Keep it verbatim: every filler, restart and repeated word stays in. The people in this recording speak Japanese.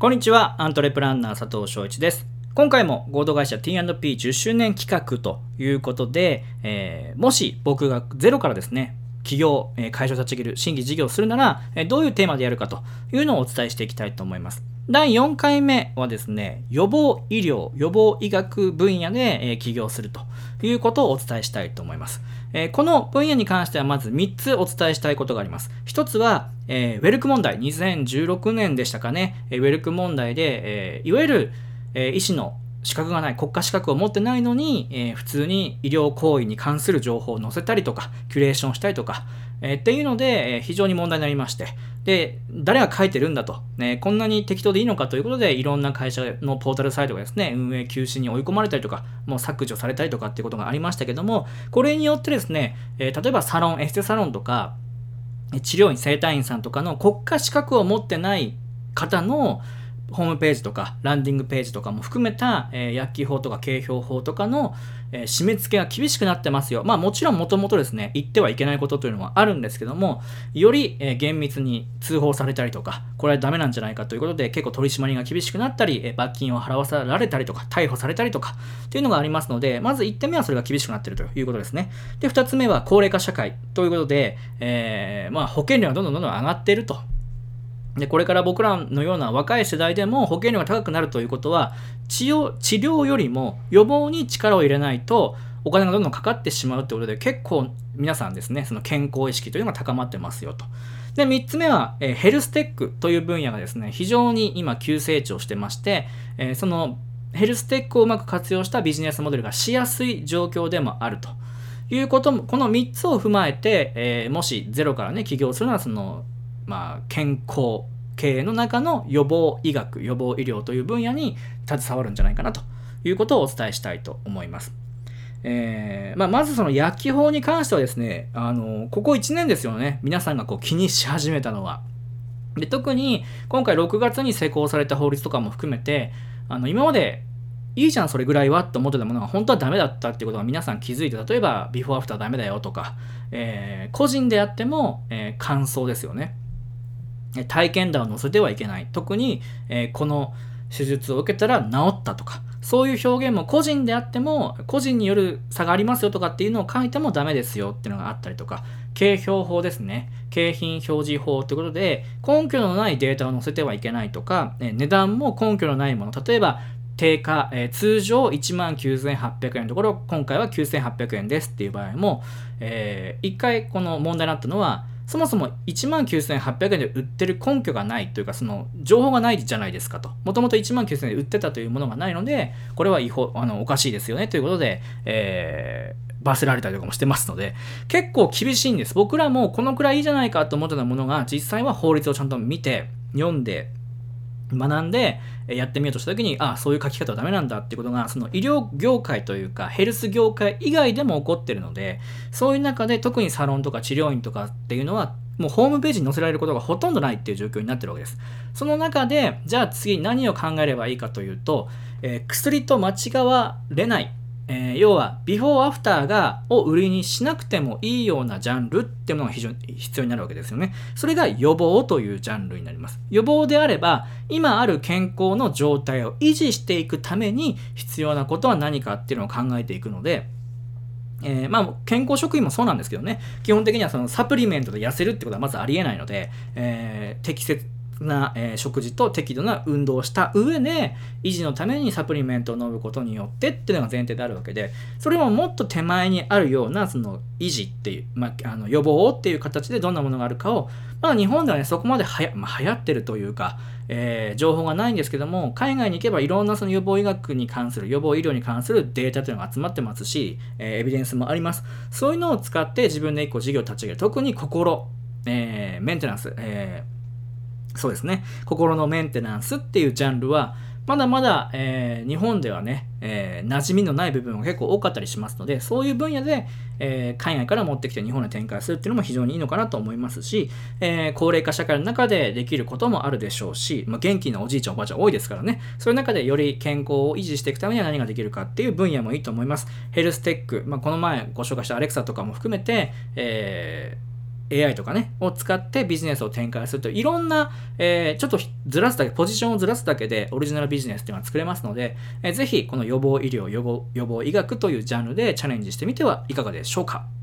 こんにちは、アントレプランナー佐藤翔一です。今回も合同会社 ティーアンドピーじゅっしゅうねん企画ということで、えー、もし僕がゼロからですね、企業、えー、会社を立ち上げる新規事業をするなら、えー、どういうテーマでやるかというのをお伝えしていきたいと思います。だいよんかいめはですね、予防医療、予防医学分野で、えー、起業するということをお伝えしたいと思います。えー、この分野に関してはまずみっつお伝えしたいことがあります。ひとつは、えー、ウェルク問題、にせんじゅうろくねんでしたかね、えー、ウェルク問題で、えー、いわゆる、えー、医師の資格がない、国家資格を持ってないのに、えー、普通に医療行為に関する情報を載せたりとか、キュレーションしたりとか、えー、っていうので、えー、非常に問題になりまして、で、誰が書いてるんだと、ね、こんなに適当でいいのかということで、いろんな会社のポータルサイトがですね、運営休止に追い込まれたりとか、もう削除されたりとかっていうことがありましたけども、これによってですね、えー、例えばサロン、エステサロンとか、治療院、整体院さんとかの国家資格を持ってない方のホームページとかランディングページとかも含めた、えー、薬機法とか景標法とかの、えー、締め付けが厳しくなってますよ。まあもちろんもともとですね、言ってはいけないことというのはあるんですけども、より、えー、厳密に通報されたりとか、これはダメなんじゃないかということで結構取り締まりが厳しくなったり、えー、罰金を払わされたりとか、逮捕されたりとかっていうのがありますので、まずいってんめはそれが厳しくなっているということですね。で、ふたつめは高齢化社会ということで、えー、まあ保険料がどんどんどんどん上がっていると。で、これから僕らのような若い世代でも保険料が高くなるということは、治療、治療よりも予防に力を入れないとお金がどんどんかかってしまうということで、結構皆さんですね、その健康意識というのが高まってますよと。で、みっつめは、えー、ヘルステックという分野がですね、非常に今急成長してまして、えー、そのヘルステックをうまく活用したビジネスモデルがしやすい状況でもあるということも、このみっつを踏まえて、えー、もしゼロからね、起業するならそのまあ、健康経営の中の予防医学、予防医療という分野に携わるんじゃないかなということをお伝えしたいと思います。えーまあ、まずその薬機法に関してはですね、あのここいちねんですよね、皆さんがこう気にし始めたのは。で、特に今回ろくがつに施行された法律とかも含めて、あの今までいいじゃんそれぐらいはと思ってたものが本当はダメだったっていうことが皆さん気づいて、例えばビフォーアフターダメだよとか、えー、個人であっても、えー、感想ですよね。体験談を載せてはいけない。特に、えー、この手術を受けたら治ったとか、そういう表現も個人であっても、個人による差がありますよとかっていうのを書いてもダメですよっていうのがあったりとか、景標法ですね。景品表示法ということで、根拠のないデータを載せてはいけないとか、えー、値段も根拠のないもの。例えば、定価、えー、通常 いちまんきゅうせんはっぴゃくえんのところ、今回はきゅうせんはっぴゃくえんですっていう場合も、えー、一回この問題になったのは、そもそも いちまんきゅうせんはっぴゃくえんで売ってる根拠がないというか、その情報がないじゃないですかと。もともといちまんきゅうせんえんで売ってたというものがないので、これは違法、あのおかしいですよねということで、えー、罰せられたりとかもしてますので、結構厳しいんです。僕らもこのくらいいいじゃないかと思ってたものが、実際は法律をちゃんと見て、読んで、学んでやってみようとしたときに、ああ、そういう書き方はダメなんだってことが、その医療業界というかヘルス業界以外でも起こってるので、そういう中で特にサロンとか治療院とかっていうのはもうホームページに載せられることがほとんどないっていう状況になってるわけです。その中でじゃあ次何を考えればいいかというと、えー、薬と間違われない、えー、要はビフォーアフターがを売りにしなくてもいいようなジャンルっていうものが非常に必要になるわけですよね。それが予防というジャンルになります。予防であれば今ある健康の状態を維持していくために必要なことは何かっていうのを考えていくので、えー、まあ健康食品もそうなんですけどね、基本的にはそのサプリメントで痩せるってことはまずありえないので、えー、適切な、えー、食事と適度な運動をした上で維持のためにサプリメントを飲むことによってっていうのが前提であるわけで、それももっと手前にあるようなその維持っていう、まあ、あの予防っていう形でどんなものがあるかを、まあ、日本ではねそこまではや、まあ、流行ってるというか、えー、情報がないんですけども、海外に行けばいろんなその予防医学に関する予防医療に関するデータというのが集まってますし、えー、エビデンスもあります。そういうのを使って自分で一個事業を立ち上げる。特に心、えー、メンテナンス、えーそうですね。心のメンテナンスっていうジャンルは、まだまだ、えー、日本ではね、えー、馴染みのない部分が結構多かったりしますので、そういう分野で、えー、海外から持ってきて日本に展開するっていうのも非常にいいのかなと思いますし、えー、高齢化社会の中でできることもあるでしょうし、まあ、元気なおじいちゃんおばあちゃん多いですからね、そういう中でより健康を維持していくためには何ができるかっていう分野もいいと思います。ヘルステック、まあ、この前ご紹介したアレクサとかも含めて、えーエーアイ とかね、を使ってビジネスを展開するといろんな、えー、ちょっとずらすだけ、ポジションをずらすだけでオリジナルビジネスっていうのは作れますので、えー、ぜひこの予防医療、予防、予防医学というジャンルでチャレンジしてみてはいかがでしょうか。